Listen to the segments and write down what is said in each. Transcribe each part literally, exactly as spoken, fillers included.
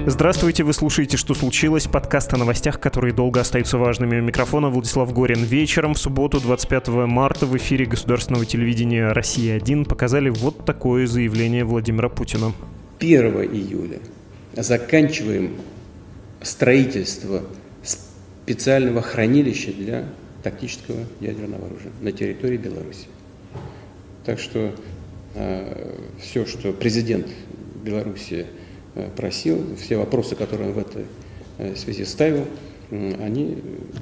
Здравствуйте, вы слушаете «Что случилось?» Подкаст о новостях, которые долго остаются важными. У микрофона Владислав Горин. Вечером в субботу, двадцать пятого марта, в эфире государственного телевидения «Россия один» показали вот такое заявление Владимира Путина. первого июля заканчиваем строительство специального хранилища для тактического ядерного оружия на территории Беларуси. Так что э, все, что президент Беларуси просил, все вопросы, которые он в этой связи ставил, они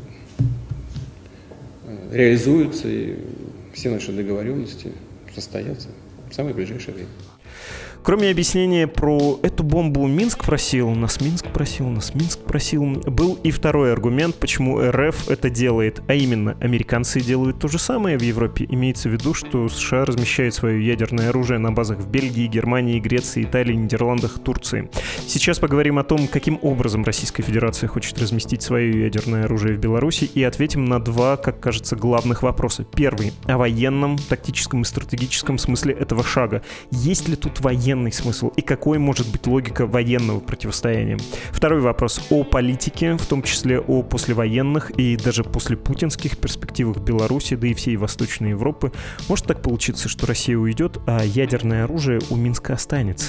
реализуются, и все наши договоренности состоятся в самое ближайшее время. Кроме объяснения про эту бомбу Минск просил, нас Минск просил, нас Минск просил, был и второй аргумент, почему эр эф это делает, а именно, американцы делают то же самое в Европе. Имеется в виду, что США размещает свое ядерное оружие на базах в Бельгии, Германии, Греции, Италии, Нидерландах, Турции. Сейчас поговорим о том, каким образом Российская Федерация хочет разместить свое ядерное оружие в Беларуси, и ответим на два, как кажется, главных вопроса. Первый — о военном, тактическом и стратегическом смысле этого шага. Есть ли тут военный смысл и какой может быть логика военного противостояния? Второй вопрос о политике, в том числе о послевоенных и даже послепутинских перспективах Беларуси, да и всей Восточной Европы. Может так получиться, что Россия уйдет, а ядерное оружие у Минска останется?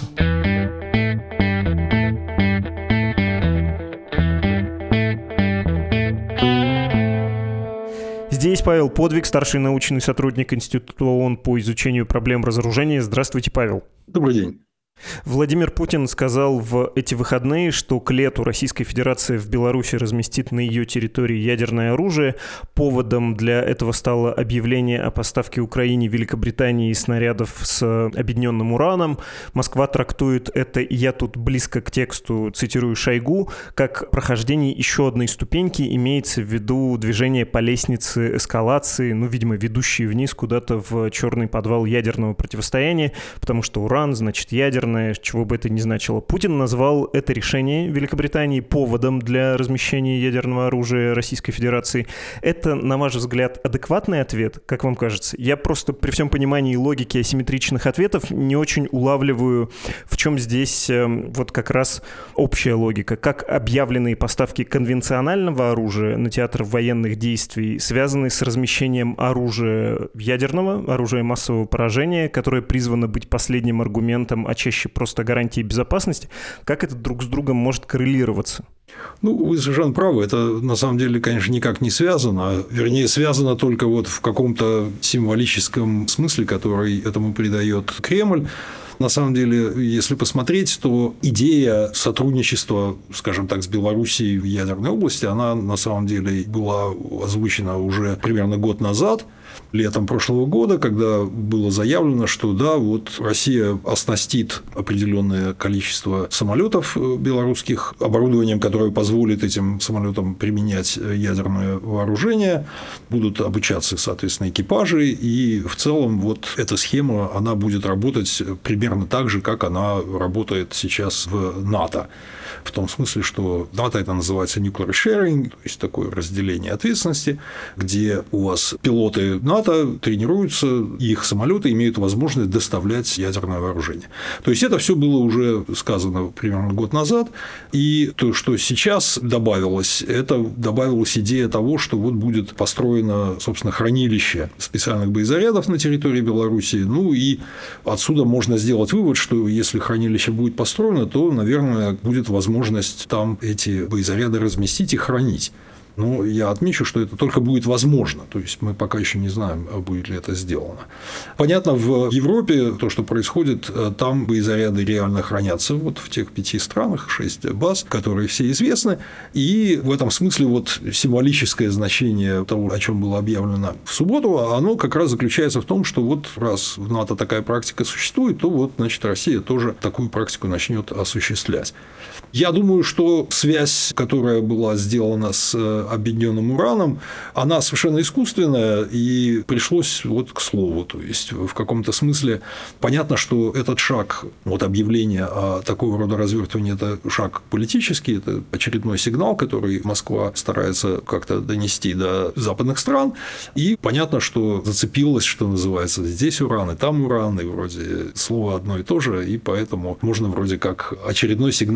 Здесь Павел Подвиг, старший научный сотрудник Института ООН по изучению проблем разоружения. Здравствуйте, Павел. Добрый день. Владимир Путин сказал в эти выходные, что к лету Российская Федерация в Беларуси разместит на ее территории ядерное оружие. Поводом для этого стало объявление о поставке Украине, Великобритании снарядов с объединенным ураном. Москва трактует это, и я тут близко к тексту цитирую Шойгу, как прохождение еще одной ступеньки, имеется в виду движение по лестнице эскалации, ну, видимо, ведущей вниз куда-то в черный подвал ядерного противостояния, потому что уран, значит, ядерное, чего бы это ни значило. Путин назвал это решение Великобритании поводом для размещения ядерного оружия Российской Федерации. Это, на ваш взгляд, адекватный ответ, как вам кажется? Я просто при всем понимании логики асимметричных ответов не очень улавливаю, в чем здесь э, вот как раз общая логика. Как объявленные поставки конвенционального оружия на театр военных действий связаны с размещением оружия ядерного, оружия массового поражения, которое призвано быть последним аргументом, а чаще просто гарантии безопасности, как это друг с другом может коррелироваться? Ну, вы совершенно правы. Это, на самом деле, конечно, никак не связано. Вернее, связано только вот в каком-то символическом смысле, который этому придает Кремль. На самом деле, если посмотреть, то идея сотрудничества, скажем так, с Белоруссией в ядерной области, она на самом деле была озвучена уже примерно год назад, летом прошлого года, когда было заявлено, что да, вот Россия оснастит определенное количество самолетов белорусских оборудованием, которое позволит этим самолетам применять ядерное вооружение, будут обучаться, соответственно, экипажи, и в целом вот эта схема, она будет работать примерно так же, как она работает сейчас в НАТО. В том смысле, что НАТО это называется nuclear sharing, то есть такое разделение ответственности, где у вас пилоты НАТО тренируются, и их самолеты имеют возможность доставлять ядерное вооружение. То есть это все было уже сказано примерно год назад, и то, что сейчас добавилось, это добавилась идея того, что вот будет построено, собственно, хранилище специальных боезарядов на территории Беларуси. Ну и отсюда можно сделать вывод, что если хранилище будет построено, то, наверное, будет возможность там эти боезаряды разместить и хранить. Но я отмечу, что это только будет возможно. То есть мы пока еще не знаем, будет ли это сделано. Понятно, в Европе то, что происходит, там боезаряды реально хранятся вот в тех пяти странах, шесть баз, которые все известны. И в этом смысле вот символическое значение того, о чем было объявлено в субботу, оно как раз заключается в том, что вот раз в НАТО такая практика существует, то вот, значит, Россия тоже такую практику начнет осуществлять. Я думаю, что связь, которая была сделана с объединенным ураном, она совершенно искусственная, и пришлось вот к слову. То есть, в каком-то смысле понятно, что этот шаг, вот объявление о такого рода развертывании, это шаг политический, это очередной сигнал, который Москва старается как-то донести до западных стран, и понятно, что зацепилось, что называется, здесь уран, и там уран, и вроде слово одно и то же, и поэтому можно вроде как очередной сигнал не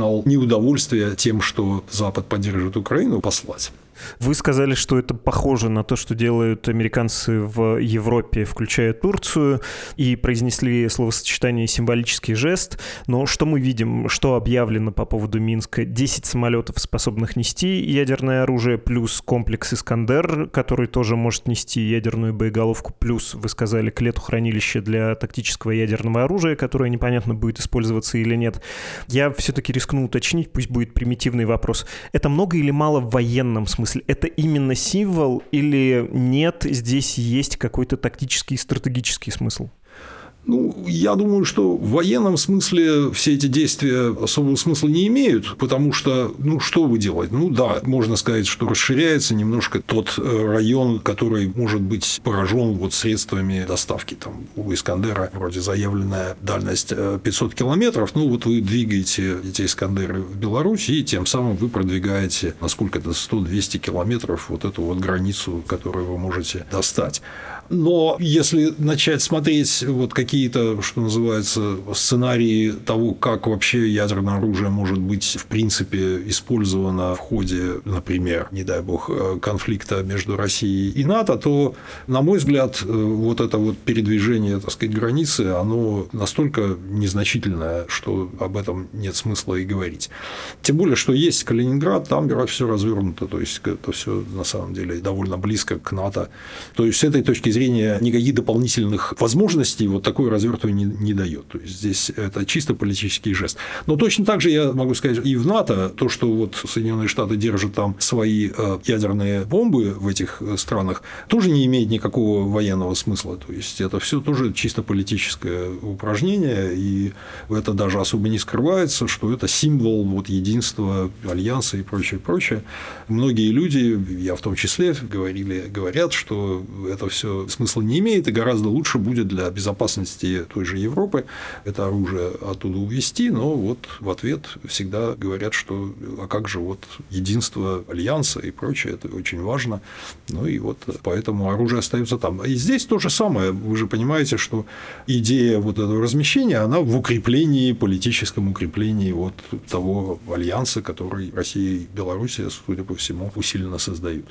неудовольствие тем, что Запад поддерживает Украину, послать. Вы сказали, что это похоже на то, что делают американцы в Европе, включая Турцию, и произнесли словосочетание «символический жест». Но что мы видим, что объявлено по поводу Минска? десять самолетов, способных нести ядерное оружие, плюс комплекс «Искандер», который тоже может нести ядерную боеголовку, плюс, вы сказали, к лету хранилище для тактического ядерного оружия, которое непонятно, будет использоваться или нет. Я все-таки рискну уточнить, пусть будет примитивный вопрос. Это много или мало в военном смысле? Это именно символ или нет, здесь есть какой-то тактический и стратегический смысл? Ну, я думаю, что в военном смысле все эти действия особого смысла не имеют, потому что, ну, что вы делаете? Ну, да, можно сказать, что расширяется немножко тот район, который может быть поражен вот средствами доставки. Там у «Искандера» вроде заявленная дальность пятьсот километров, ну, вот вы двигаете эти «Искандеры» в Беларусь, и тем самым вы продвигаете, насколько это, сто-двести километров, вот эту вот границу, которую вы можете достать. Но если начать смотреть вот какие-то, что называется, сценарии того, как вообще ядерное оружие может быть в принципе использовано в ходе, например, не дай бог, конфликта между Россией и НАТО, то, на мой взгляд, вот это вот передвижение, так сказать, границы, оно настолько незначительное, что об этом нет смысла и говорить. Тем более, что есть Калининград, там все развернуто, то есть это все на самом деле довольно близко к НАТО. То есть с этой точки зрения никаких дополнительных возможностей вот такое развертывание не, не дает. То есть здесь это чисто политический жест. Но точно так же я могу сказать и в НАТО, то, что вот Соединенные Штаты держат там свои ядерные бомбы в этих странах, тоже не имеет никакого военного смысла. То есть это все тоже чисто политическое упражнение, и это даже особо не скрывается, что это символ вот единства альянса и прочее, прочее. Многие люди, я в том числе, говорили, говорят, что это все смысла не имеет, и гораздо лучше будет для безопасности той же Европы это оружие оттуда увезти, но вот в ответ всегда говорят, что а как же вот единство альянса и прочее, это очень важно, ну и вот поэтому оружие остается там. И здесь то же самое, вы же понимаете, что идея вот этого размещения, она в укреплении, политическом укреплении вот того альянса, который Россия и Белоруссия, судя по всему, усиленно создают.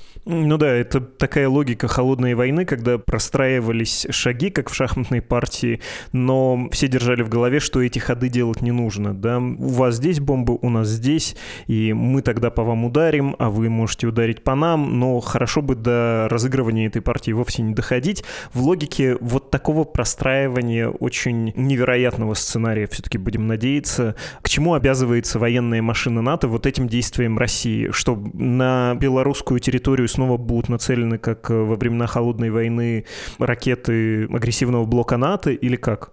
Ну да, это такая логика холодной войны, когда простраивались шаги, как в шахматной партии, но все держали в голове, что эти ходы делать не нужно. Да? У вас здесь бомбы, у нас здесь, и мы тогда по вам ударим, а вы можете ударить по нам, но хорошо бы до разыгрывания этой партии вовсе не доходить. В логике вот такого простраивания очень невероятного сценария, все-таки будем надеяться, к чему обязывается военная машина НАТО вот этим действием России, что на белорусскую территорию снова будут нацелены, как во времена Холодной войны, ракеты агрессивного блока НАТО или как?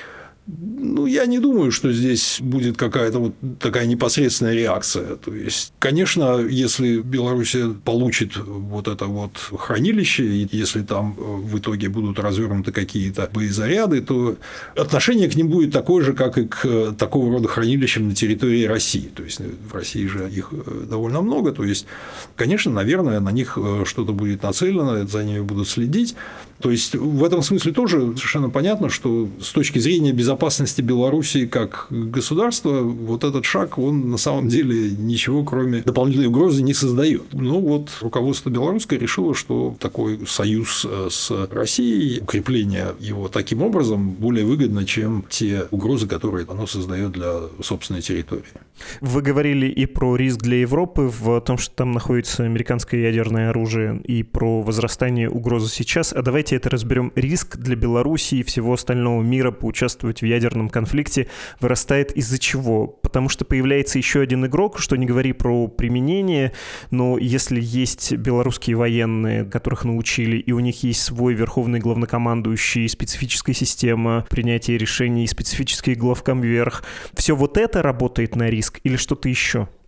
Ну, я не думаю, что здесь будет какая-то вот такая непосредственная реакция. То есть, конечно, если Белоруссия получит вот это вот хранилище, и если там в итоге будут развернуты какие-то боезаряды, то отношение к ним будет такое же, как и к такого рода хранилищам на территории России. То есть, в России же их довольно много. То есть, конечно, наверное, на них что-то будет нацелено, за ними будут следить. То есть, в этом смысле тоже совершенно понятно, что с точки зрения безопасности безопасности Белоруссии как государства, вот этот шаг, он на самом деле ничего, кроме дополнительной угрозы, не создает. Ну, вот руководство белорусское решило, что такой союз с Россией, укрепление его таким образом более выгодно, чем те угрозы, которые оно создает для собственной территории. Вы говорили и про риск для Европы в том, что там находится американское ядерное оружие, и про возрастание угрозы сейчас. А давайте это разберем. Риск для Белоруссии и всего остального мира поучаствовать в ядерном конфликте вырастает из-за чего? Потому что появляется еще один игрок, что не говори про применение, но если есть белорусские военные, которых научили, и у них есть свой верховный главнокомандующий, специфическая система принятия решений, специфический главкомверх, все вот это работает на риск или что-то еще?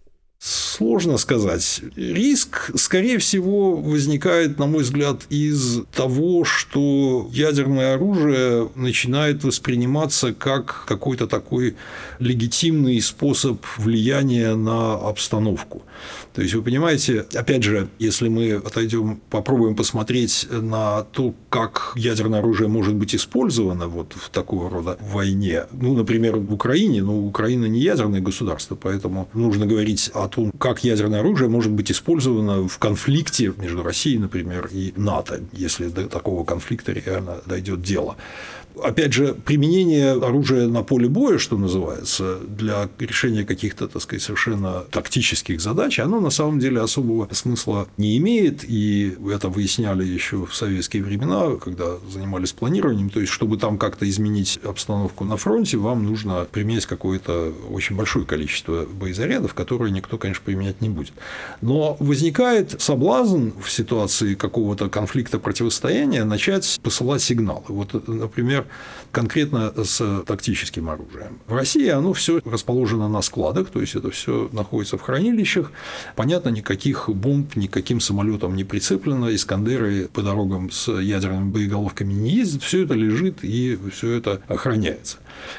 Сложно сказать. Риск, скорее всего, возникает, на мой взгляд, из того, что ядерное оружие начинает восприниматься как какой-то такой легитимный способ влияния на обстановку. То есть, вы понимаете, опять же, если мы отойдем, попробуем посмотреть на то, как ядерное оружие может быть использовано вот в такого рода войне, ну, например, в Украине, но Украина не ядерное государство, поэтому нужно говорить о том, как ядерное оружие может быть использовано в конфликте между Россией, например, и НАТО, если до такого конфликта реально дойдет дело. Опять же, применение оружия на поле боя, что называется, для решения каких-то, так сказать, совершенно тактических задач, оно на самом деле особого смысла не имеет, и это выясняли еще в советские времена, когда занимались планированием, то есть, чтобы там как-то изменить обстановку на фронте, вам нужно применять какое-то очень большое количество боезарядов, которые никто, конечно, применять не будет. Но возникает соблазн в ситуации какого-то конфликта, противостояния начать посылать сигналы. Вот, например, конкретно с тактическим оружием. В России оно все расположено на складах, то есть это все находится в хранилищах. Понятно, никаких бомб, никаким самолетом не прицеплено, Искандеры по дорогам с ядерными боеголовками не ездят, все это лежит и все это охраняется.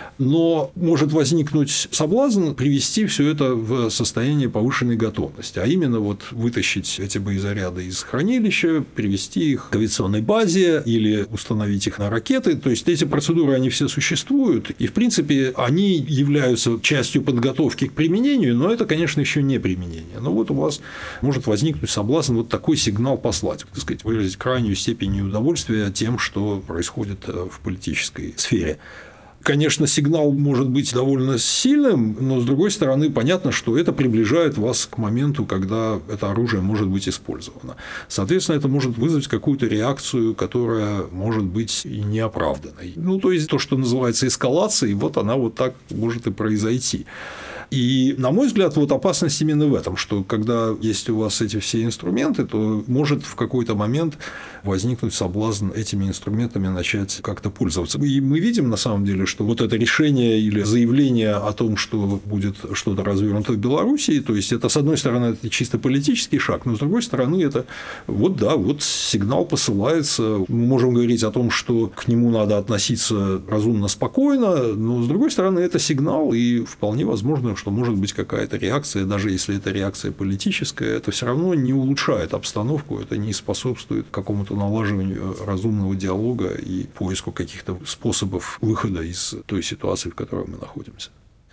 Но может возникнуть соблазн привести все это в состояние повышенной готовности, а именно вот вытащить эти боезаряды из хранилища, привести их к авиационной базе или установить их на ракеты. То есть эти процедуры, они все существуют, и в принципе они являются частью подготовки к применению, но это, конечно, еще не применение. Но вот у вас может возникнуть соблазн вот такой сигнал послать, так сказать, выразить крайнюю степень неудовольствия тем, что происходит в политической сфере. Конечно, сигнал может быть довольно сильным, но, с другой стороны, понятно, что это приближает вас к моменту, когда это оружие может быть использовано. Соответственно, это может вызвать какую-то реакцию, которая может быть и неоправданной. Ну, то есть, то, что называется эскалацией, вот она вот так может и произойти. И, на мой взгляд, вот опасность именно в этом, что когда есть у вас эти все инструменты, то может в какой-то момент возникнуть соблазн этими инструментами начать как-то пользоваться. И мы видим, на самом деле, что вот это решение или заявление о том, что будет что-то развернуто в Белоруссии, то есть это, с одной стороны, это чисто политический шаг, но с другой стороны, это вот, да, вот сигнал посылается. Мы можем говорить о том, что к нему надо относиться разумно, спокойно, но, с другой стороны, это сигнал, и вполне возможно, что может быть какая-то реакция, даже если это реакция политическая, это все равно не улучшает обстановку, это не способствует какому-то налаживанию разумного диалога и поиску каких-то способов выхода из той ситуации, в которой мы находимся.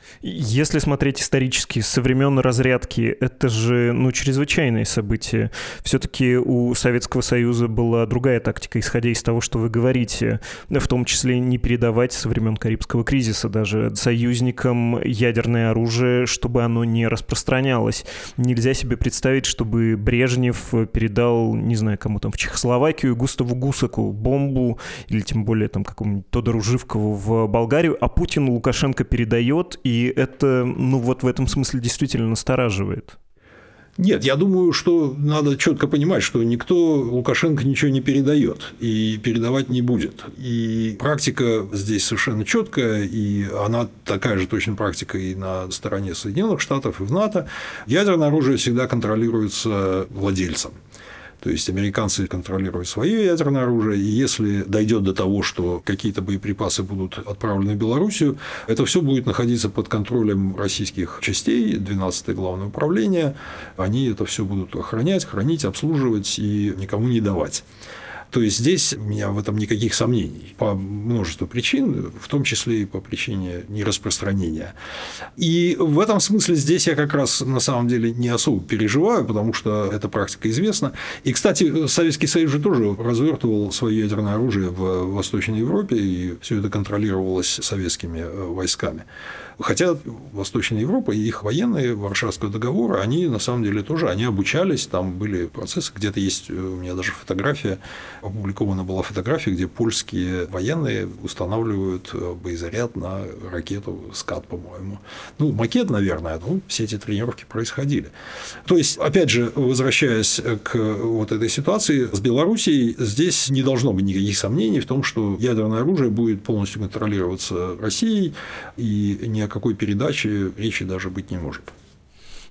Если смотреть исторически, со времен разрядки, это же, ну, чрезвычайные события. Все-таки у Советского Союза была другая тактика, исходя из того, что вы говорите, в том числе не передавать со времен Карибского кризиса даже союзникам ядерное оружие, чтобы оно не распространялось. Нельзя себе представить, чтобы Брежнев передал, не знаю, кому там, в Чехословакию, Густаву Гусаку бомбу, или тем более там какому-нибудь Тодору Живкову в Болгарию, а Путин Лукашенко передает, и это, ну, вот в этом смысле действительно настораживает. Нет, я думаю, что надо четко понимать, что никто Лукашенко ничего не передает и передавать не будет. И практика здесь совершенно четкая, и она такая же точно практика и на стороне Соединенных Штатов, и в НАТО. Ядерное оружие всегда контролируется владельцем. То есть американцы контролируют свое ядерное оружие, и если дойдет до того, что какие-то боеприпасы будут отправлены в Белоруссию, это все будет находиться под контролем российских частей, двенадцатое главное управление, они это все будут охранять, хранить, обслуживать и никому не давать. То есть здесь у меня в этом никаких сомнений по множеству причин, в том числе и по причине нераспространения. И в этом смысле здесь я как раз на самом деле не особо переживаю, потому что эта практика известна. И, кстати, Советский Союз же тоже развертывал свое ядерное оружие в Восточной Европе, и все это контролировалось советскими войсками. Хотя Восточная Европа и их военные Варшавского договора, они на самом деле тоже, они обучались, там были процессы, где-то есть у меня даже фотография, опубликована была фотография, где польские военные устанавливают боезаряд на ракету «Скат», по-моему. Ну, макет, наверное, но все эти тренировки происходили. То есть, опять же, возвращаясь к вот этой ситуации с Белоруссией, здесь не должно быть никаких сомнений в том, что ядерное оружие будет полностью контролироваться Россией, и ни о какой передаче речи даже быть не может.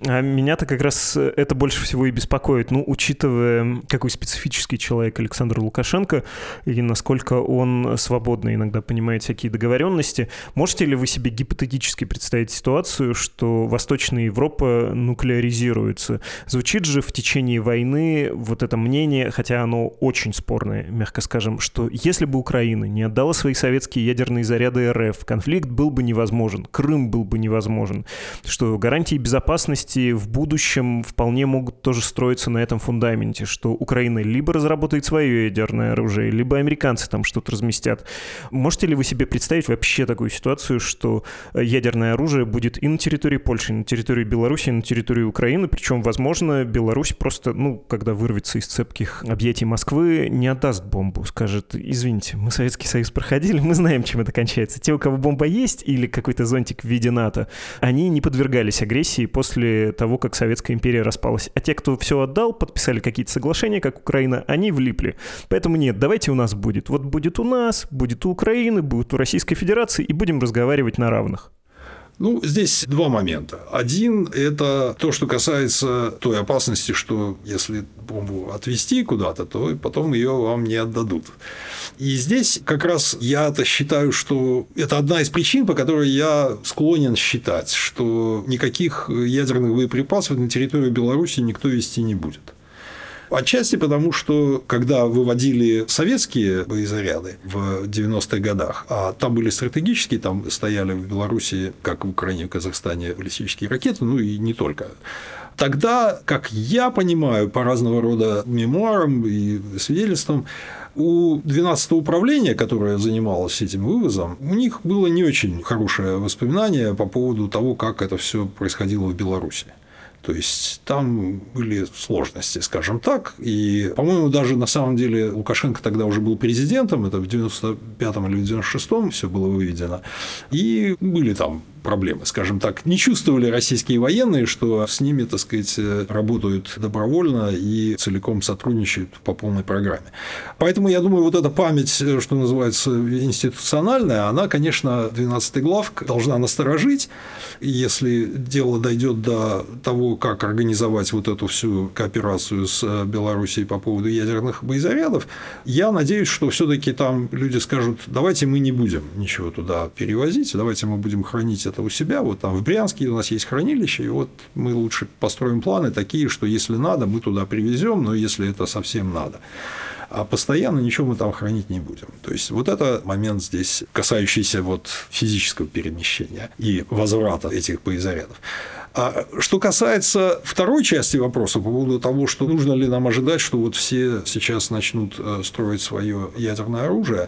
А меня-то как раз это больше всего и беспокоит. Ну, учитывая, какой специфический человек Александр Лукашенко и насколько он свободно иногда понимает всякие договоренности, можете ли вы себе гипотетически представить ситуацию, что Восточная Европа нуклеаризируется? Звучит же в течение войны вот это мнение, хотя оно очень спорное, мягко скажем, что если бы Украина не отдала свои советские ядерные заряды РФ, конфликт был бы невозможен, Крым был бы невозможен, что гарантии безопасности в будущем вполне могут тоже строиться на этом фундаменте, что Украина либо разработает свое ядерное оружие, либо американцы там что-то разместят. Можете ли вы себе представить вообще такую ситуацию, что ядерное оружие будет и на территории Польши, и на территории Беларуси, и на территории Украины, причем, возможно, Беларусь просто, ну, когда вырвется из цепких объятий Москвы, не отдаст бомбу, скажет: извините, мы Советский Союз проходили, мы знаем, чем это кончается. Те, у кого бомба есть или какой-то зонтик в виде НАТО, они не подвергались агрессии после того, как Советская империя распалась. А те, кто все отдал, подписали какие-то соглашения, как Украина, они влипли. Поэтому нет, давайте у нас будет. Вот будет у нас, будет у Украины, будет у Российской Федерации, и будем разговаривать на равных. Ну, здесь два момента. Один – это то, что касается той опасности, что если бомбу отвезти куда-то, то потом ее вам не отдадут. И здесь как раз я-то считаю, что это одна из причин, по которой я склонен считать, что никаких ядерных боеприпасов на территорию Беларуси никто везти не будет. Отчасти потому, что когда выводили советские боезаряды в девяностых годах, а там были стратегические, там стояли в Беларуси, как в Украине, в Казахстане, баллистические ракеты, ну и не только. Тогда, как я понимаю, по разного рода мемуарам и свидетельствам, у двенадцатого управления, которое занималось этим вывозом, у них было не очень хорошее воспоминание по поводу того, как это все происходило в Беларуси. То есть там были сложности, скажем так. И, по-моему, даже на самом деле Лукашенко тогда уже был президентом, это в девяносто пятом или в девяносто шестом все было выведено. И были там проблемы, скажем так. Не чувствовали российские военные, что с ними, так сказать, работают добровольно и целиком сотрудничают по полной программе. Поэтому, я думаю, вот эта память, что называется, институциональная, она, конечно, двенадцатый главк должна насторожить. Если дело дойдет до того, как организовать вот эту всю кооперацию с Белоруссией по поводу ядерных боезарядов, я надеюсь, что все-таки там люди скажут: давайте мы не будем ничего туда перевозить, давайте мы будем хранить это у себя. Вот там в Брянске у нас есть хранилище, и вот мы лучше построим планы такие, что если надо, мы туда привезем, но если это совсем надо. А постоянно ничего мы там хранить не будем. То есть, вот это момент здесь, касающийся вот физического перемещения и возврата этих боезарядов. А что касается второй части вопроса по поводу того, что нужно ли нам ожидать, что вот все сейчас начнут строить свое ядерное оружие,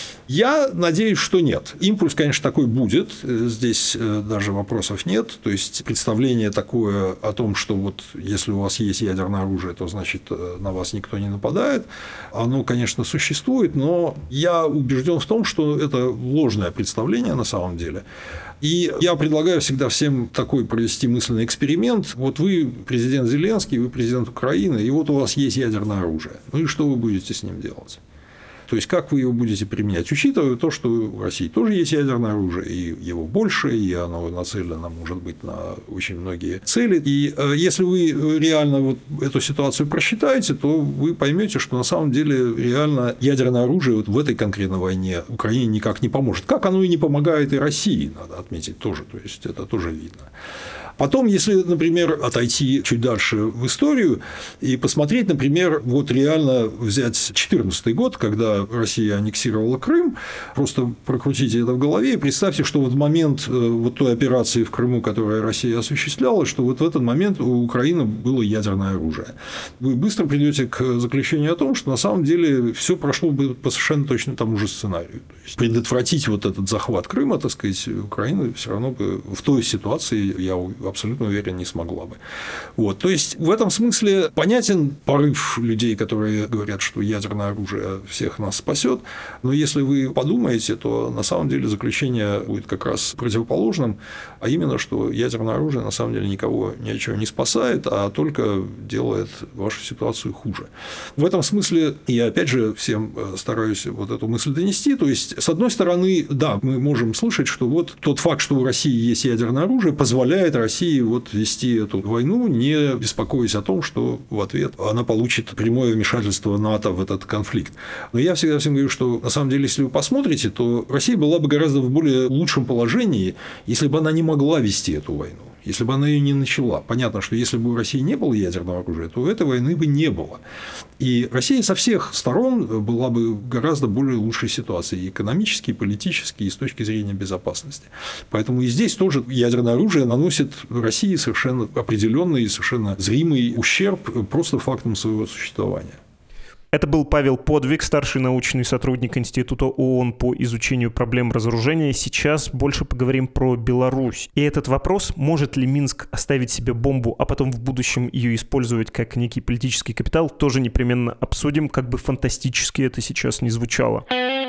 я надеюсь, что нет. Импульс, конечно, такой будет. Здесь даже вопросов нет. То есть, представление такое о том, что вот если у вас есть ядерное оружие, то значит на вас никто не нападает, оно, конечно, существует, но я убежден в том, что это ложное представление на самом деле. И я предлагаю всегда всем такой провести мысленный эксперимент. Вот вы президент Зеленский, вы президент Украины, и вот у вас есть ядерное оружие. Ну и что вы будете с ним делать? То есть, как вы его будете применять, учитывая то, что у России тоже есть ядерное оружие, и его больше, и оно нацелено, может быть, на очень многие цели. И если вы реально вот эту ситуацию просчитаете, то вы поймете, что на самом деле реально ядерное оружие вот в этой конкретной войне Украине никак не поможет. Как оно и не помогает и России, надо отметить тоже. То есть, это тоже видно. Потом, если, например, отойти чуть дальше в историю и посмотреть, например, вот реально взять две тысячи четырнадцатый год, когда Россия аннексировала Крым, просто прокрутите это в голове и представьте, что вот в момент вот той операции в Крыму, которую Россия осуществляла, что вот в этот момент у Украины было ядерное оружие. Вы быстро придете к заключению о том, что на самом деле все прошло бы по совершенно точно тому же сценарию. То есть, предотвратить вот этот захват Крыма, так сказать, Украина все равно бы в той ситуации, я абсолютно уверен, не смогла бы. Вот. То есть, в этом смысле понятен порыв людей, которые говорят, что ядерное оружие всех нас спасет, но если вы подумаете, то на самом деле заключение будет как раз противоположным, а именно, что ядерное оружие на самом деле никого ни от чего не спасает, а только делает вашу ситуацию хуже. В этом смысле я, опять же, всем стараюсь вот эту мысль донести. То есть, с одной стороны, да, мы можем слышать, что вот тот факт, что у России есть ядерное оружие, позволяет России России вот вести эту войну, не беспокоясь о том, что в ответ она получит прямое вмешательство НАТО в этот конфликт. Но я всегда всем говорю, что на самом деле, если вы посмотрите, то Россия была бы гораздо в более лучшем положении, если бы она не могла вести эту войну. Если бы она ее не начала. Понятно, что если бы у России не было ядерного оружия, то этой войны бы не было. И Россия со всех сторон была бы в гораздо более лучшей ситуации. И экономически, и политически, и с точки зрения безопасности. Поэтому и здесь тоже ядерное оружие наносит России совершенно определенный и совершенно зримый ущерб просто фактом своего существования. Это был Павел Подвиг, старший научный сотрудник Института ООН по изучению проблем разоружения. Сейчас больше поговорим про Беларусь. И этот вопрос, может ли Минск оставить себе бомбу, а потом в будущем ее использовать как некий политический капитал, тоже непременно обсудим, как бы фантастически это сейчас не звучало.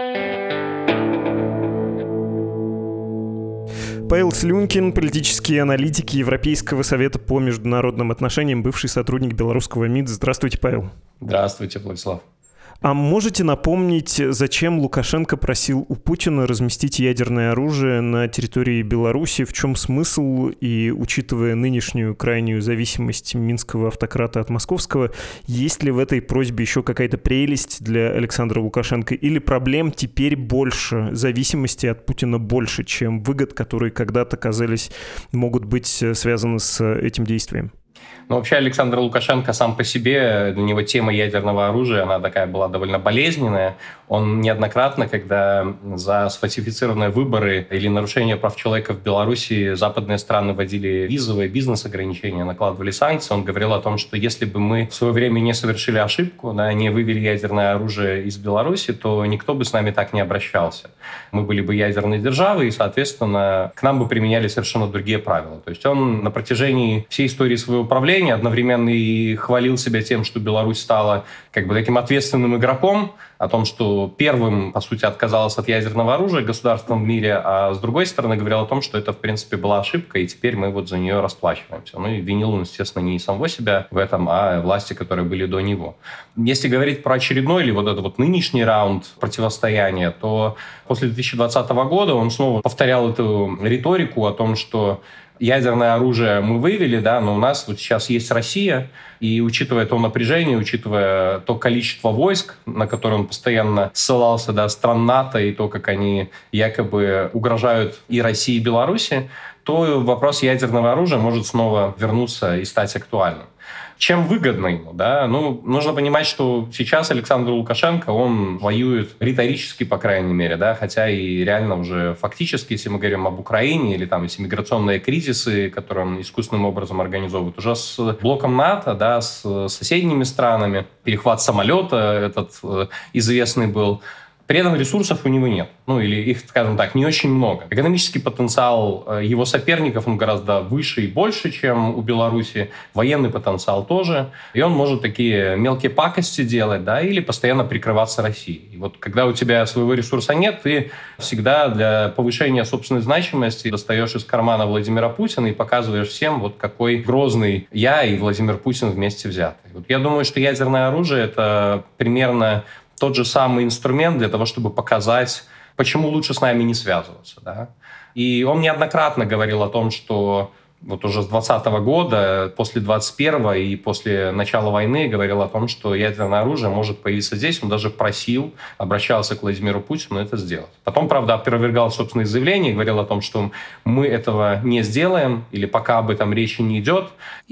Павел Слюнкин, политический аналитик Европейского совета по международным отношениям, бывший сотрудник белорусского МИД. Здравствуйте, Павел. Здравствуйте, Владислав. А можете напомнить, зачем Лукашенко просил у Путина разместить ядерное оружие на территории Беларуси? В чем смысл? И, учитывая нынешнюю крайнюю зависимость минского автократа от московского, есть ли в этой просьбе еще какая-то прелесть для Александра Лукашенко? Или проблем теперь больше, зависимости от Путина больше, чем выгод, которые когда-то казались, могут быть связаны с этим действием? Ну, вообще, Александр Лукашенко сам по себе, для него тема ядерного оружия, она такая была довольно болезненная. Он неоднократно, когда за сфальсифицированные выборы или нарушение прав человека в Беларуси западные страны вводили визовые бизнес-ограничения, накладывали санкции, он говорил о том, что если бы мы в свое время не совершили ошибку, да, не вывели ядерное оружие из Беларуси, то никто бы с нами так не обращался. Мы были бы ядерной державой, и, соответственно, к нам бы применяли совершенно другие правила. То есть он на протяжении всей истории своего управления одновременно и хвалил себя тем, что Беларусь стала как бы таким ответственным игроком, о том, что первым, по сути, отказалась от ядерного оружия государством в мире, а с другой стороны говорил о том, что это, в принципе, была ошибка, и теперь мы вот за нее расплачиваемся. Ну и винил он, естественно, не самого себя в этом, а власти, которые были до него. Если говорить про очередной или вот этот вот нынешний раунд противостояния, то после две тысячи двадцатого года он снова повторял эту риторику о том, что ядерное оружие мы вывели, да, но у нас вот сейчас есть Россия, и учитывая то напряжение, учитывая то количество войск, на которые он постоянно ссылался, да, стран НАТО, и то, как они якобы угрожают и России, и Беларуси, то вопрос ядерного оружия может снова вернуться и стать актуальным. Чем выгодно ему, да? Ну, нужно понимать, что сейчас Александр Лукашенко, он воюет риторически, по крайней мере, да, хотя и реально уже фактически, если мы говорим об Украине или там эти миграционные кризисы, которые он искусственным образом организовывает, уже с блоком НАТО, да, с соседними странами, перехват самолета этот э, известный был. При этом ресурсов у него нет. Ну, или их, скажем так, не очень много. Экономический потенциал его соперников, он гораздо выше и больше, чем у Беларуси. Военный потенциал тоже. И он может такие мелкие пакости делать, да, или постоянно прикрываться Россией. И вот когда у тебя своего ресурса нет, ты всегда для повышения собственной значимости достаешь из кармана Владимира Путина и показываешь всем, вот какой грозный я и Владимир Путин вместе взяты. Вот я думаю, что ядерное оружие — это примерно тот же самый инструмент для того, чтобы показать, почему лучше с нами не связываться. Да? И он неоднократно говорил о том, что вот уже с двадцатого года, после двадцать первого и после начала войны говорил о том, что ядерное оружие может появиться здесь. Он даже просил, обращался к Владимиру Путину это сделать. Потом, правда, опровергал собственные заявления и говорил о том, что мы этого не сделаем или пока об этом речи не идет.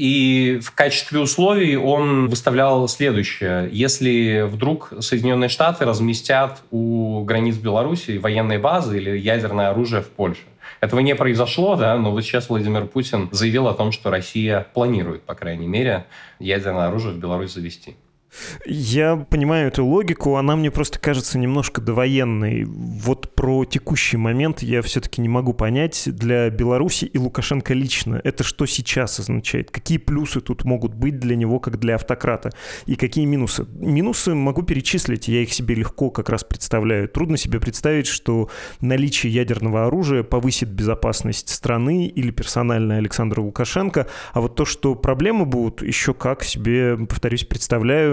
И в качестве условий он выставлял следующее. Если вдруг Соединенные Штаты разместят у границ Беларуси военные базы или ядерное оружие в Польше. Этого не произошло, да, но вот сейчас Владимир Путин заявил о том, что Россия планирует, по крайней мере, ядерное оружие в Беларусь завести. Я понимаю эту логику, она мне просто кажется немножко довоенной. Вот про текущий момент я все-таки не могу понять для Беларуси и Лукашенко лично. Это что сейчас означает? Какие плюсы тут могут быть для него, как для автократа? И какие минусы? Минусы могу перечислить, я их себе легко как раз представляю. Трудно себе представить, что наличие ядерного оружия повысит безопасность страны или персонально Александра Лукашенко. А вот то, что проблемы будут, еще как себе, повторюсь, представляю.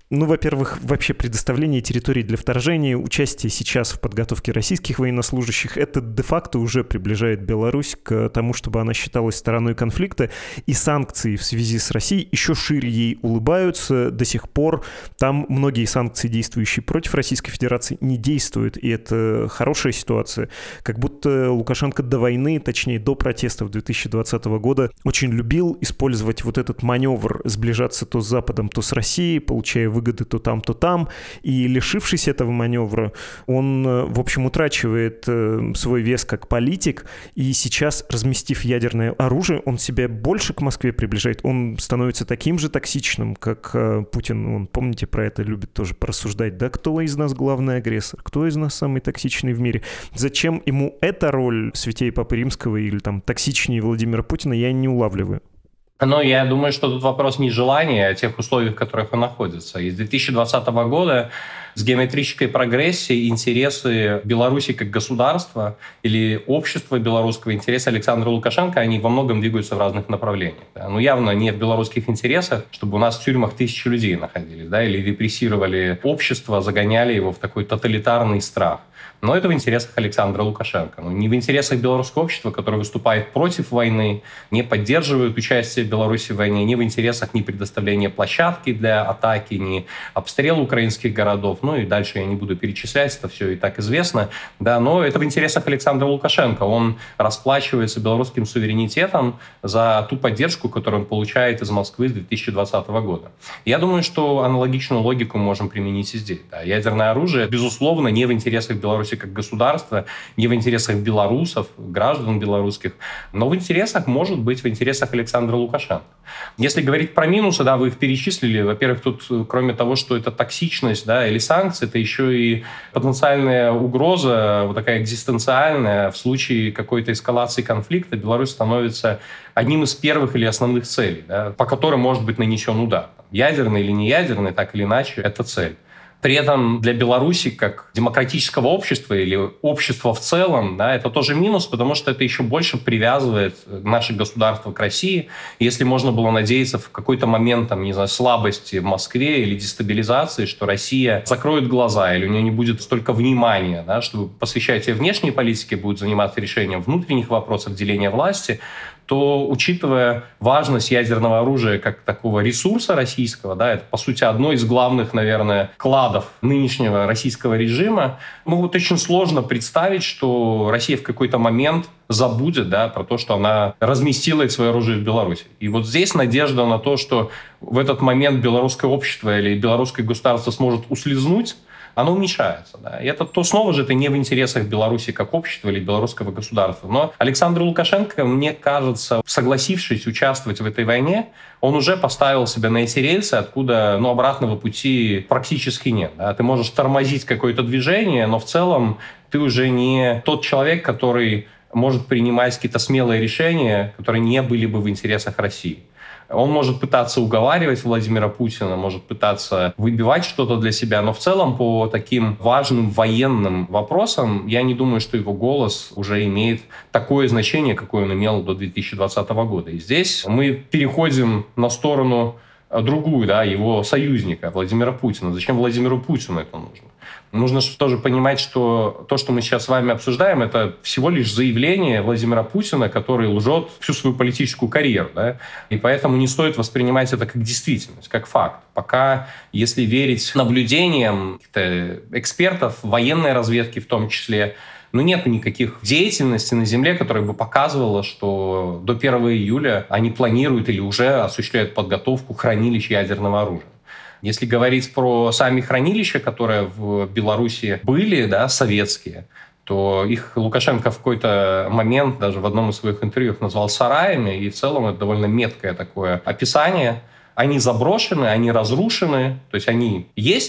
Ну, во-первых, вообще предоставление территорий для вторжения, участие сейчас в подготовке российских военнослужащих, это де-факто уже приближает Беларусь к тому, чтобы она считалась стороной конфликта, и санкции в связи с Россией еще шире ей улыбаются. До сих пор там многие санкции, действующие против Российской Федерации, не действуют, и это хорошая ситуация. Как будто Лукашенко до войны, точнее до протестов две тысячи двадцатого года, очень любил использовать вот этот маневр, сближаться то с Западом, то с Россией, получая выгоды то там, то там, и лишившись этого маневра, он, в общем, утрачивает свой вес как политик, и сейчас, разместив ядерное оружие, он себя больше к Москве приближает, он становится таким же токсичным, как Путин, он, помните, про это любит тоже порассуждать, да, кто из нас главный агрессор, кто из нас самый токсичный в мире, зачем ему эта роль святей Папы Римского или там токсичнее Владимира Путина, я не улавливаю. Но я думаю, что тут вопрос не желания, а тех условий, в которых он находится. И с две тысячи двадцатого года с геометрической прогрессией интересы Беларуси как государства или общества белорусского, интересы Александра Лукашенко, они во многом двигаются в разных направлениях. Да. Ну, явно не в белорусских интересах, чтобы у нас в тюрьмах тысячи людей находились, да, или репрессировали общество, загоняли его в такой тоталитарный страх. Но это в интересах Александра Лукашенко. Ну, не в интересах белорусского общества, которое выступает против войны, не поддерживает участие Беларуси в войне, не в интересах ни предоставления площадки для атаки, ни обстрела украинских городов. Ну и дальше я не буду перечислять, это все и так известно. Да, но это в интересах Александра Лукашенко. Он расплачивается белорусским суверенитетом за ту поддержку, которую он получает из Москвы с две тысячи двадцатого года. Я думаю, что аналогичную логику можем применить и здесь. Да. Ядерное оружие, безусловно, не в интересах Беларуси как государства, не в интересах белорусов, граждан белорусских, но в интересах, может быть, в интересах Александра Лукашенко. Если говорить про минусы, да, вы их перечислили. Во-первых, тут, кроме того, что это токсичность, да, или санкции, это еще и потенциальная угроза, вот такая экзистенциальная. В случае какой-то эскалации конфликта Беларусь становится одним из первых или основных целей, да, по которым может быть нанесен удар. Ядерный или не ядерный, так или иначе, это цель. При этом для Беларуси, как демократического общества или общества в целом, да, это тоже минус, потому что это еще больше привязывает наше государство к России. Если можно было надеяться в какой-то момент, там, не знаю, слабости в Москве или дестабилизации, что Россия закроет глаза или у нее не будет столько внимания, да, чтобы посвящать ее внешней политике, будет заниматься решением внутренних вопросов деления власти, то, учитывая важность ядерного оружия как такого ресурса российского, да, это, по сути, одно из главных, наверное, кладов нынешнего российского режима, ну, вот очень сложно представить, что Россия в какой-то момент забудет, да, про то, что она разместила свое оружие в Беларуси. И вот здесь надежда на то, что в этот момент белорусское общество или белорусское государство сможет услизнуть, оно уменьшается. Да. И это то снова же это не в интересах Беларуси как общества или белорусского государства. Но Александр Лукашенко, мне кажется, согласившись участвовать в этой войне, он уже поставил себя на эти рельсы, откуда, ну, обратного пути практически нет. Да. Ты можешь тормозить какое-то движение, но в целом ты уже не тот человек, который может принимать какие-то смелые решения, которые не были бы в интересах России. Он может пытаться уговаривать Владимира Путина, может пытаться выбивать что-то для себя, но в целом по таким важным военным вопросам я не думаю, что его голос уже имеет такое значение, какое он имел до две тысячи двадцатого года. И здесь мы переходим на сторону другую, да, его союзника Владимира Путина. Зачем Владимиру Путину это нужно? Нужно тоже понимать, что то, что мы сейчас с вами обсуждаем, это всего лишь заявление Владимира Путина, который лжет всю свою политическую карьеру. Да? И поэтому не стоит воспринимать это как действительность, как факт. Пока, если верить наблюдениям экспертов, военной разведки в том числе, но нет никаких деятельностей на земле, которая бы показывала, что до первого июля они планируют или уже осуществляют подготовку хранилищ ядерного оружия. Если говорить про сами хранилища, которые в Беларуси были, да, советские, то их Лукашенко в какой-то момент даже в одном из своих интервью назвал сараями, и в целом это довольно меткое такое описание. Они заброшены, они разрушены, то есть они есть,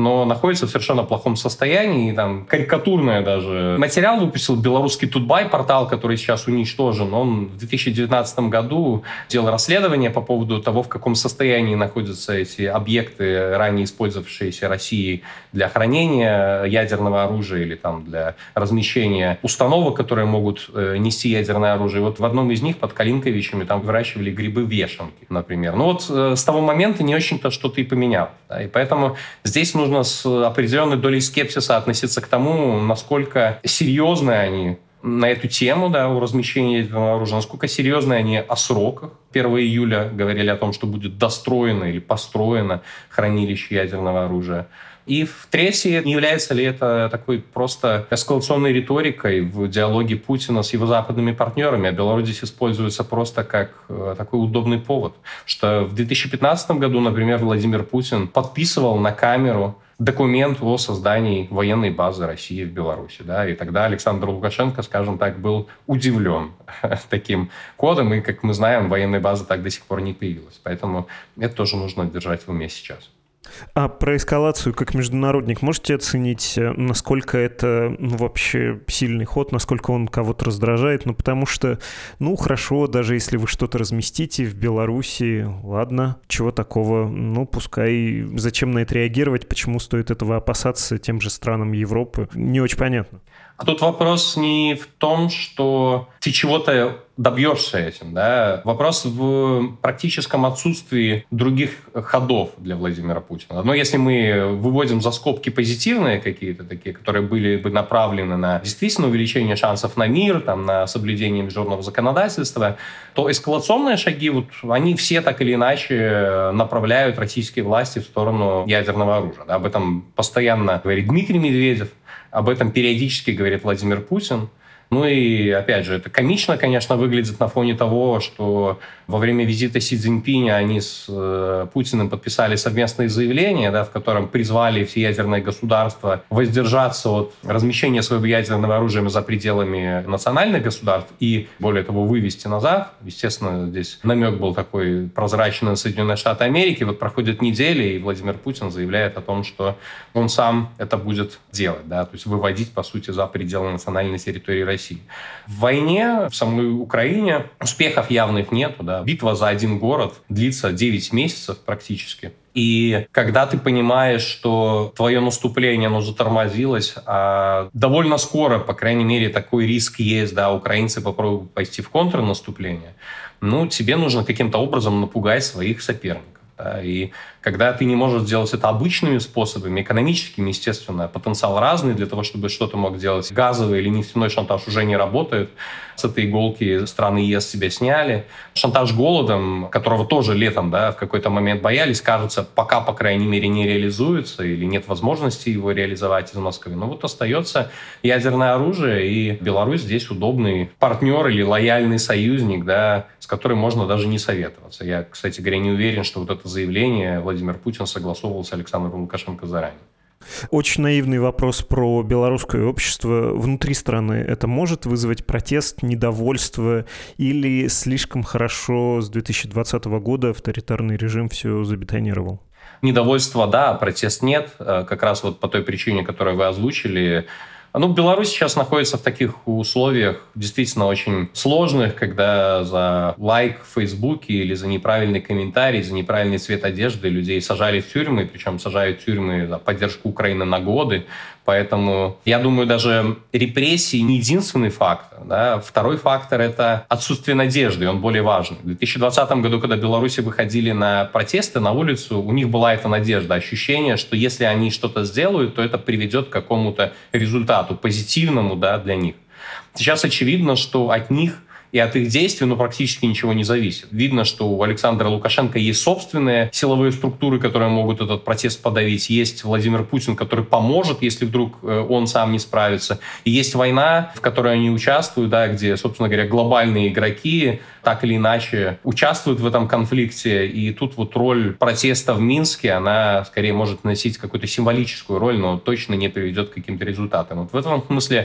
но находится в совершенно плохом состоянии. И там карикатурное даже. Материал выпустил белорусский Тутбай, портал, который сейчас уничтожен. Он в две тысячи девятнадцатом году делал расследование по поводу того, в каком состоянии находятся эти объекты, ранее использовавшиеся Россией для хранения ядерного оружия или там для размещения установок, которые могут э, нести ядерное оружие. Вот в одном из них под Калинковичами там выращивали грибы-вешенки, например. Ну вот э, с того момента не очень-то что-то и поменялось. Да? И поэтому здесь нужно с определенной долей скепсиса относиться к тому, насколько серьезны они на эту тему, да, о размещении ядерного оружия, насколько серьезны они о сроках. первого июля говорили о том, что будет достроено или построено хранилище ядерного оружия. И в-третьих, не является ли это такой просто эскалационной риторикой в диалоге Путина с его западными партнерами? А Беларусь здесь используется просто как такой удобный повод. Что в две тысячи пятнадцатом году, например, Владимир Путин подписывал на камеру документ о создании военной базы России в Беларуси. Да? И тогда Александр Лукашенко, скажем так, был удивлен таким кодом. И, как мы знаем, военной базы так до сих пор не появилась. Поэтому это тоже нужно держать в уме сейчас. А про эскалацию как международник можете оценить, насколько это ну, вообще сильный ход, насколько он кого-то раздражает? Ну, потому что, ну, хорошо, даже если вы что-то разместите в Беларуси, ладно, чего такого, ну, пускай, зачем на это реагировать, почему стоит этого опасаться тем же странам Европы, не очень понятно. А тут вопрос не в том, что ты чего-то добьешься этим, да? Вопрос в практическом отсутствии других ходов для Владимира Путина. Но если мы выводим за скобки позитивные какие-то такие, которые были бы направлены на действительно увеличение шансов на мир, там, на соблюдение международного законодательства, то эскалационные шаги, вот, они все так или иначе направляют российские власти в сторону ядерного оружия. Да? Об этом постоянно говорит Дмитрий Медведев, об этом периодически говорит Владимир Путин. Ну и, опять же, это комично, конечно, выглядит на фоне того, что во время визита Си Цзиньпиня они с э, Путиным подписали совместное заявление, да, в котором призвали все ядерные государства воздержаться от размещения своего ядерного оружия за пределами национальных государств и, более того, вывести назад. Естественно, здесь намек был такой прозрачный на Соединенные Штаты Америки. Вот проходит неделя, и Владимир Путин заявляет о том, что он сам это будет делать, да, то есть выводить, по сути, за пределы национальной территории России. В войне в самой Украине успехов явных нету. Да. Битва за один город длится девять месяцев практически. И когда ты понимаешь, что твое наступление, оно затормозилось, а довольно скоро, по крайней мере, такой риск есть, да, украинцы попробуют пойти в контрнаступление, ну, тебе нужно каким-то образом напугать своих соперников. Да. И когда ты не можешь сделать это обычными способами, экономическими, естественно, потенциал разный для того, чтобы что-то мог делать. Газовый или нефтяной шантаж уже не работает. С этой иголки страны ЕС себя сняли. Шантаж голодом, которого тоже летом, да, в какой-то момент боялись, кажется, пока, по крайней мере, не реализуется или нет возможности его реализовать из Москвы. Но вот остается ядерное оружие, и Беларусь здесь удобный партнер или лояльный союзник, да, с которым можно даже не советоваться. Я, кстати говоря, не уверен, что вот это заявление Владимир Путин согласовывал с Александром Лукашенко заранее. Очень наивный вопрос про белорусское общество. Внутри страны это может вызвать протест, недовольство или слишком хорошо с две тысячи двадцатого года авторитарный режим все забетонировал? Недовольство, да, протест нет. Как раз вот по той причине, которую вы озвучили. Ну, Беларусь сейчас находится в таких условиях действительно очень сложных, когда за лайк в Фейсбуке или за неправильный комментарий, за неправильный цвет одежды людей сажали в тюрьмы, причем сажают в тюрьмы за поддержку Украины на годы. Поэтому, я думаю, даже репрессии не единственный фактор. Да? Второй фактор – это отсутствие надежды, и он более важный. В две тысячи двадцатом году, когда белорусы выходили на протесты, на улицу, у них была эта надежда, ощущение, что если они что-то сделают, то это приведет к какому-то результату, позитивному, да, для них. Сейчас очевидно, что от них и от их действий ну, практически ничего не зависит. Видно, что у Александра Лукашенко есть собственные силовые структуры, которые могут этот протест подавить. Есть Владимир Путин, который поможет, если вдруг он сам не справится. И есть война, в которой они участвуют, да, где, собственно говоря, глобальные игроки так или иначе участвуют в этом конфликте. И тут вот роль протеста в Минске, она скорее может носить какую-то символическую роль, но точно не приведет к каким-то результатам. Вот в этом смысле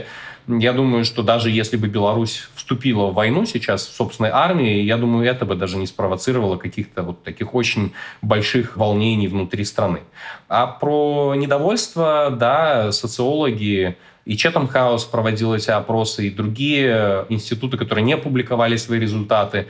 Я думаю, что даже если бы Беларусь вступила в войну сейчас с собственной армией, я думаю, это бы даже не спровоцировало каких-то вот таких очень больших волнений внутри страны. А про недовольство, да, социологи и Chatham House проводил эти опросы, и другие институты, которые не публиковали свои результаты,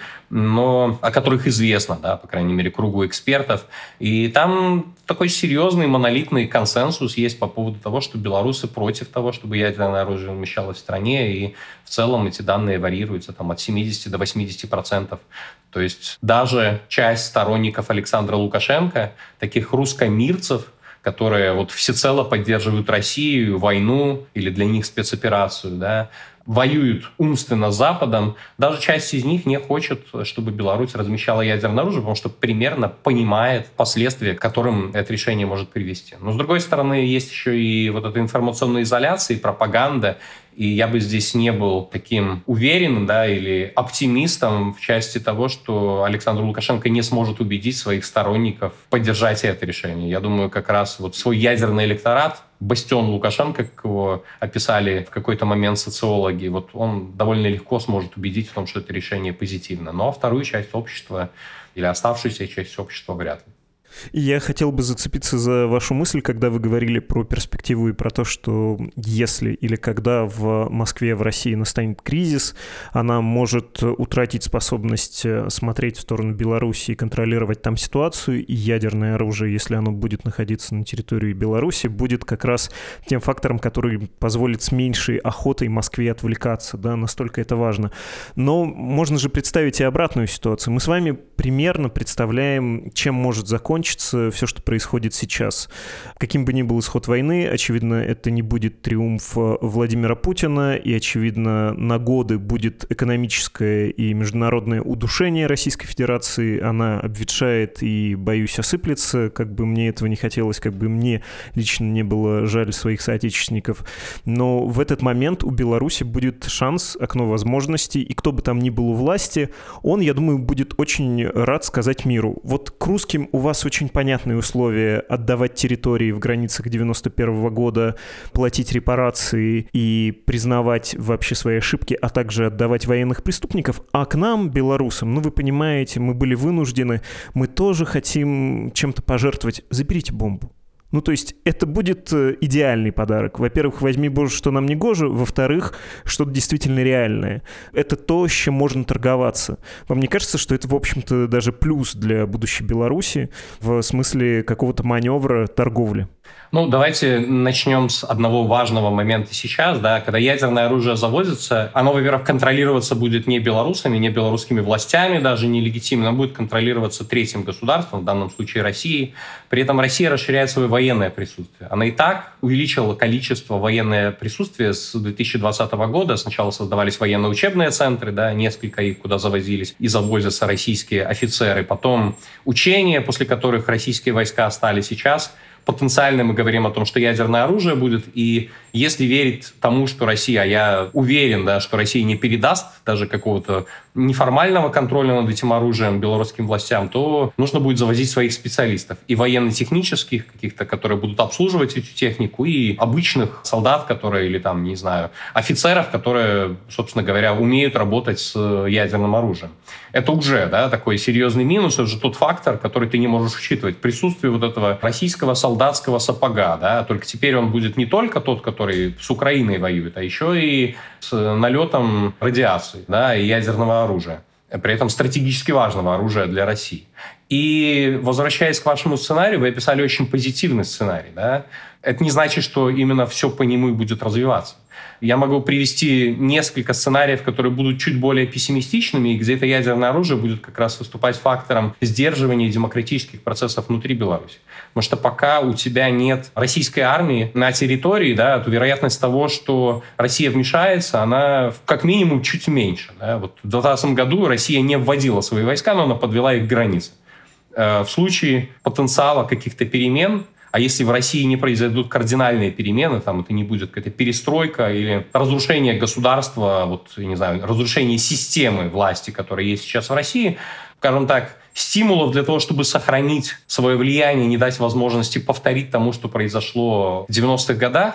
но о которых известно, да, по крайней мере, кругу экспертов. И там такой серьезный монолитный консенсус есть по поводу того, что белорусы против того, чтобы ядерное оружие умещалось в стране, и в целом эти данные варьируются там, от семидесяти до восьмидесяти процентов. То есть даже часть сторонников Александра Лукашенко, таких русскомирцев, которые вот всецело поддерживают Россию, войну или для них спецоперацию, да, воюют умственно с Западом, даже часть из них не хочет, чтобы Беларусь размещала ядерное оружие, потому что примерно понимает последствия, к которым это решение может привести. Но, с другой стороны, есть еще и вот эта информационная изоляция и пропаганда, и я бы здесь не был таким уверенным, да, или оптимистом в части того, что Александр Лукашенко не сможет убедить своих сторонников поддержать это решение. Я думаю, как раз вот свой ядерный электорат, бастион Лукашенко, как его описали в какой-то момент социологи, вот он довольно легко сможет убедить в том, что это решение позитивно. Но вторую часть общества или оставшуюся часть общества вряд ли. Я хотел бы зацепиться за вашу мысль, когда вы говорили про перспективу и про то, что если или когда в Москве, в России настанет кризис, она может утратить способность смотреть в сторону Беларуси и контролировать там ситуацию, и ядерное оружие, если оно будет находиться на территории Беларуси, будет как раз тем фактором, который позволит с меньшей охотой Москве отвлекаться, да, настолько это важно. Но можно же представить и обратную ситуацию. Мы с вами примерно представляем, чем может закончиться все, что происходит сейчас. Каким бы ни был исход войны, очевидно, это не будет триумф Владимира Путина, и, очевидно, на годы будет экономическое и международное удушение Российской Федерации. Она обветшает и, боюсь, осыплется, как бы мне этого не хотелось, как бы мне лично не было жаль своих соотечественников. Но в этот момент у Беларуси будет шанс, окно возможностей, и кто бы там ни был у власти, он, я думаю, будет очень рад сказать миру: вот к русским у вас очень понятные условия отдавать территории в границах девяносто первого года, платить репарации и признавать вообще свои ошибки, а также отдавать военных преступников. А к нам, белорусам, ну вы понимаете, мы были вынуждены, мы тоже хотим чем-то пожертвовать. Заберите бомбу. Ну, то есть это будет идеальный подарок. Во-первых, возьми, Боже, что нам не гоже. Во-вторых, что-то действительно реальное. Это то, с чем можно торговаться. Вам не кажется, что это, в общем-то, даже плюс для будущей Беларуси в смысле какого-то маневра торговли? Ну, давайте начнем с одного важного момента сейчас, да, когда ядерное оружие завозится, оно, во-первых, контролироваться будет не белорусами, не белорусскими властями, даже нелегитимно, оно будет контролироваться третьим государством, в данном случае Россией. При этом Россия расширяет свое военное присутствие. Она и так увеличила количество военного присутствия с две тысячи двадцатого года. Сначала создавались военно-учебные центры, да, несколько их, куда завозились и завозятся российские офицеры. Потом учения, после которых российские войска стали сейчас. Потенциально мы говорим о том, что ядерное оружие будет, и если верить тому, что Россия, а я уверен, да, что Россия не передаст даже какого-то неформального контроля над этим оружием белорусским властям, то нужно будет завозить своих специалистов, и военно-технических каких-то, которые будут обслуживать эту технику, и обычных солдат, которые, или там, не знаю, офицеров, которые, собственно говоря, умеют работать с ядерным оружием. Это уже, да, такой серьезный минус, это же тот фактор, который ты не можешь учитывать. Присутствие вот этого российского солдатского сапога, да, только теперь он будет не только тот, который с Украиной воюет, а еще и с налетом радиации, да, и ядерного оружия. При этом стратегически важного оружия для России. И, возвращаясь к вашему сценарию, вы описали очень позитивный сценарий, да. Это не значит, что именно все по нему и будет развиваться. Я могу привести несколько сценариев, которые будут чуть более пессимистичными, и где это ядерное оружие будет как раз выступать фактором сдерживания демократических процессов внутри Беларуси. Потому что пока у тебя нет российской армии на территории, да, то вероятность того, что Россия вмешается, она как минимум чуть меньше. Да. Вот в две тысячи двадцатом году Россия не вводила свои войска, но она подвела их к границе. В случае потенциала каких-то перемен, а если в России не произойдут кардинальные перемены, там это не будет какая-то перестройка или разрушение государства, вот, я не знаю, разрушение системы власти, которая есть сейчас в России, скажем так, стимулов для того, чтобы сохранить свое влияние, не дать возможности повторить тому, что произошло в девяностых годах,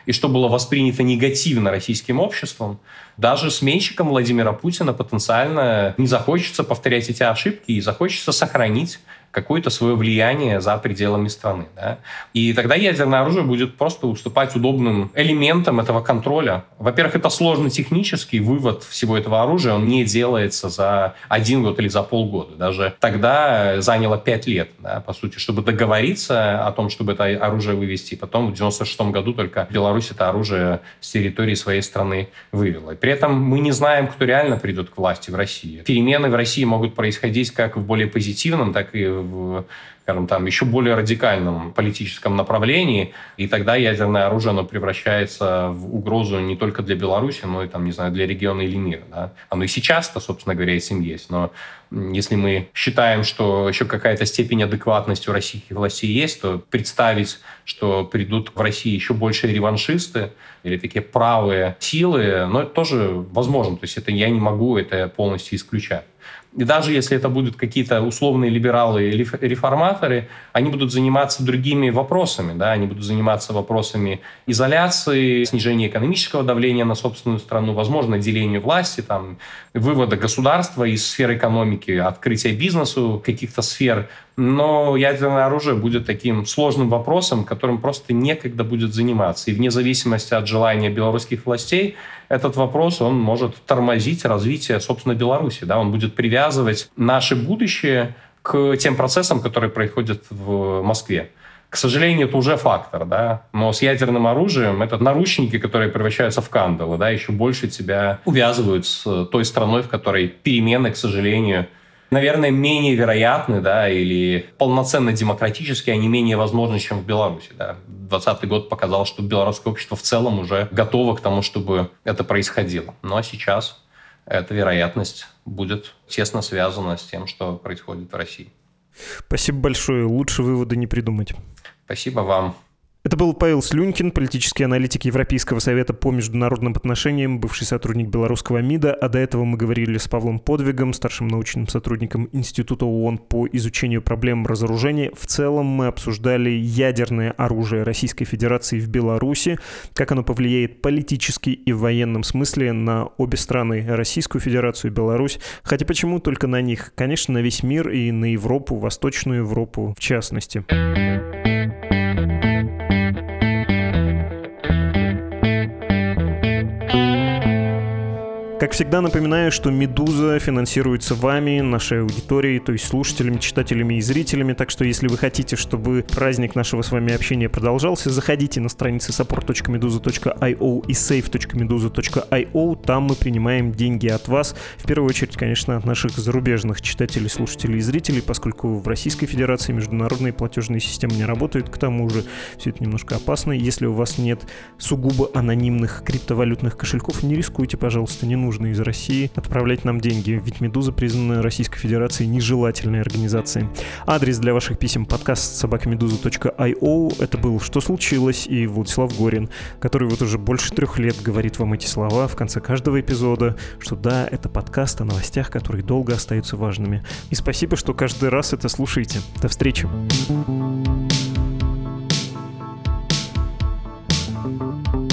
и что было воспринято негативно российским обществом, даже сменщикам Владимира Путина потенциально не захочется повторять эти ошибки и захочется сохранить какое-то свое влияние за пределами страны. Да? И тогда ядерное оружие будет просто уступать удобным элементам этого контроля. Во-первых, это сложно технический вывод всего этого оружия, он не делается за один год или за полгода. Даже тогда заняло пять лет, да, по сути, чтобы договориться о том, чтобы это оружие вывести. Потом в девяносто шестом году только Беларусь это оружие с территории своей страны вывела. И при этом мы не знаем, кто реально придет к власти в России. Перемены в России могут происходить как в более позитивном, так и в в, скажем, там, еще более радикальном политическом направлении, и тогда ядерное оружие, оно превращается в угрозу не только для Беларуси, но и, там, не знаю, для региона или мира. Да? Оно и сейчас-то, собственно говоря, этим есть. Но если мы считаем, что еще какая-то степень адекватности у российских властей есть, то представить, что придут в России еще большие реваншисты или такие правые силы, но это тоже возможно. То есть это я не могу это полностью исключать. И даже если это будут какие-то условные либералы или реформаторы, они будут заниматься другими вопросами. Да? Они будут заниматься вопросами изоляции, снижения экономического давления на собственную страну, возможно, деления власти, там, вывода государства из сфер экономики, открытия бизнесу каких-то сфер. Но ядерное оружие будет таким сложным вопросом, которым просто некогда будет заниматься. И вне зависимости от желания белорусских властей, этот вопрос, он может тормозить развитие, собственно, Беларуси. Да? Он будет привязывать наше будущее к тем процессам, которые происходят в Москве. К сожалению, это уже фактор, да, но с ядерным оружием это наручники, которые превращаются в кандалы, да, еще больше тебя увязывают с той страной, в которой перемены, к сожалению, наверное, менее вероятны, да, или полноценно демократические, они менее возможны, чем в Беларуси, да. двадцатый год показал, что белорусское общество в целом уже готово к тому, чтобы это происходило. Ну а сейчас эта вероятность будет тесно связана с тем, что происходит в России. Спасибо большое. Лучше вывода не придумать. Спасибо вам. Это был Павел Слюнькин, политический аналитик Европейского совета по международным отношениям, бывший сотрудник белорусского МИДа, а до этого мы говорили с Павлом Подвигом, старшим научным сотрудником Института ООН по изучению проблем разоружения. В целом мы обсуждали ядерное оружие Российской Федерации в Беларуси, как оно повлияет политически и в военном смысле на обе страны, Российскую Федерацию и Беларусь, хотя почему только на них? Конечно, на весь мир и на Европу, Восточную Европу в частности. Как всегда, напоминаю, что «Медуза» финансируется вами, нашей аудиторией, то есть слушателями, читателями и зрителями, так что если вы хотите, чтобы праздник нашего с вами общения продолжался, заходите на страницы support точка meduza точка io и save точка meduza точка io, там мы принимаем деньги от вас, в первую очередь, конечно, от наших зарубежных читателей, слушателей и зрителей, поскольку в Российской Федерации международные платежные системы не работают, к тому же все это немножко опасно. Если у вас нет сугубо анонимных криптовалютных кошельков, не рискуйте, пожалуйста, не нужно из России отправлять нам деньги, ведь «Медуза» признана Российской Федерацией нежелательной организацией. Адрес для ваших писем — подкаст собака медуза точка io. Это был «Что случилось?» и Владислав Горин, который вот уже больше трех лет говорит вам эти слова в конце каждого эпизода, что да, это подкаст о новостях, которые долго остаются важными. И спасибо, что каждый раз это слушаете. До встречи. Thank you.